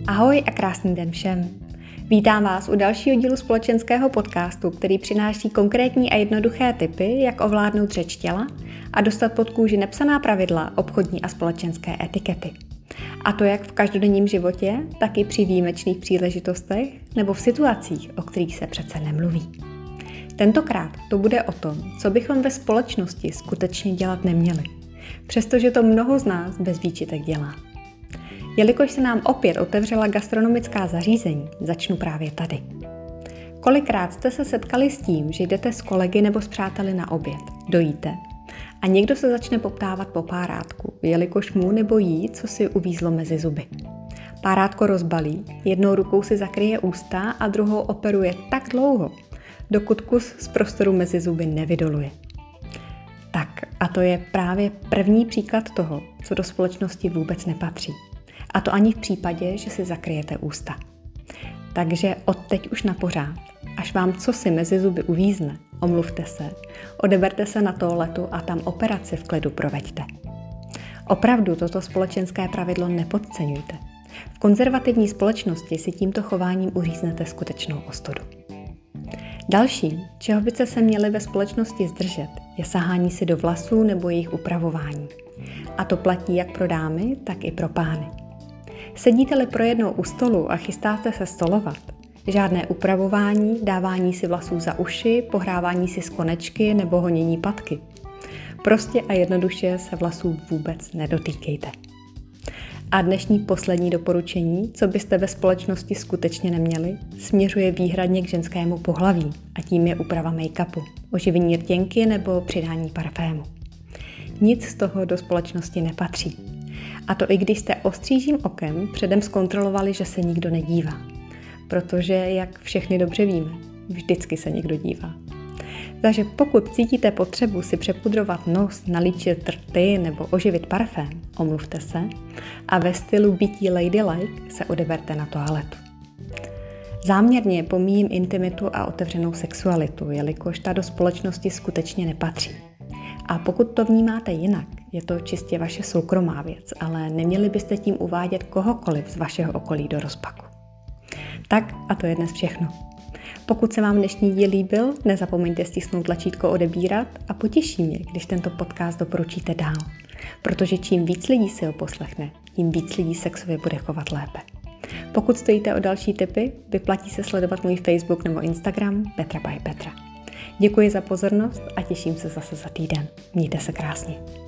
Ahoj a krásný den všem. Vítám vás u dalšího dílu společenského podcastu, který přináší konkrétní a jednoduché tipy, jak ovládnout řeč těla a dostat pod kůži nepsaná pravidla obchodní a společenské etikety. A to jak v každodenním životě, tak i při výjimečných příležitostech nebo v situacích, o kterých se přece nemluví. Tentokrát to bude o tom, co bychom ve společnosti skutečně dělat neměli, přestože to mnoho z nás bez výčitek dělá. Jelikož se nám opět otevřela gastronomická zařízení, začnu právě tady. Kolikrát jste se setkali s tím, že jdete s kolegy nebo s přáteli na oběd, dojíte a někdo se začne poptávat po párátku, jelikož mu nebo jí, co si uvízlo mezi zuby. Párátko rozbalí, jednou rukou si zakryje ústa a druhou operuje tak dlouho, dokud kus z prostoru mezi zuby nevydoluje. Tak a to je právě první příklad toho, co do společnosti vůbec nepatří. A to ani v případě, že si zakryjete ústa. Takže od teď už na pořád, až vám cosi mezi zuby uvízne, omluvte se, odeberte se na toaletu a tam operaci v klidu proveďte. Opravdu toto společenské pravidlo nepodceňujte. V konzervativní společnosti si tímto chováním uříznete skutečnou ostudu. Další, čeho byste se měli ve společnosti zdržet, je sahání si do vlasů nebo jejich upravování. A to platí jak pro dámy, tak i pro pány. Sedíte-li pro jednou u stolu a chystáte se stolovat, žádné upravování, dávání si vlasů za uši, pohrávání si z konečky nebo honění patky. Prostě a jednoduše se vlasů vůbec nedotýkejte. A dnešní poslední doporučení, co byste ve společnosti skutečně neměli, směřuje výhradně k ženskému pohlaví a tím je úprava make-upu, oživení rtěnky nebo přidání parfému. Nic z toho do společnosti nepatří. A to i když jste ostřížím okem předem zkontrolovali, že se nikdo nedívá. Protože, jak všechny dobře víme, vždycky se někdo dívá. Takže pokud cítíte potřebu si přepudrovat nos, nalíčit rty nebo oživit parfém, omluvte se a ve stylu bytí ladylike se odeberte na toaletu. Záměrně pomíjím intimitu a otevřenou sexualitu, jelikož ta do společnosti skutečně nepatří. A pokud to vnímáte jinak, je to čistě vaše soukromá věc, ale neměli byste tím uvádět kohokoliv z vašeho okolí do rozpaku. Tak a to je dnes všechno. Pokud se vám dnešní díl líbil, nezapomeňte stisknout tlačítko odebírat a potěší mě, když tento podcast doporučíte dál. Protože čím víc lidí si ho poslechne, tím víc lidí sexově bude chovat lépe. Pokud stojíte o další tipy, vyplatí se sledovat můj Facebook nebo Instagram Petra by Petra. Děkuji za pozornost a těším se zase za týden. Mějte se krásně.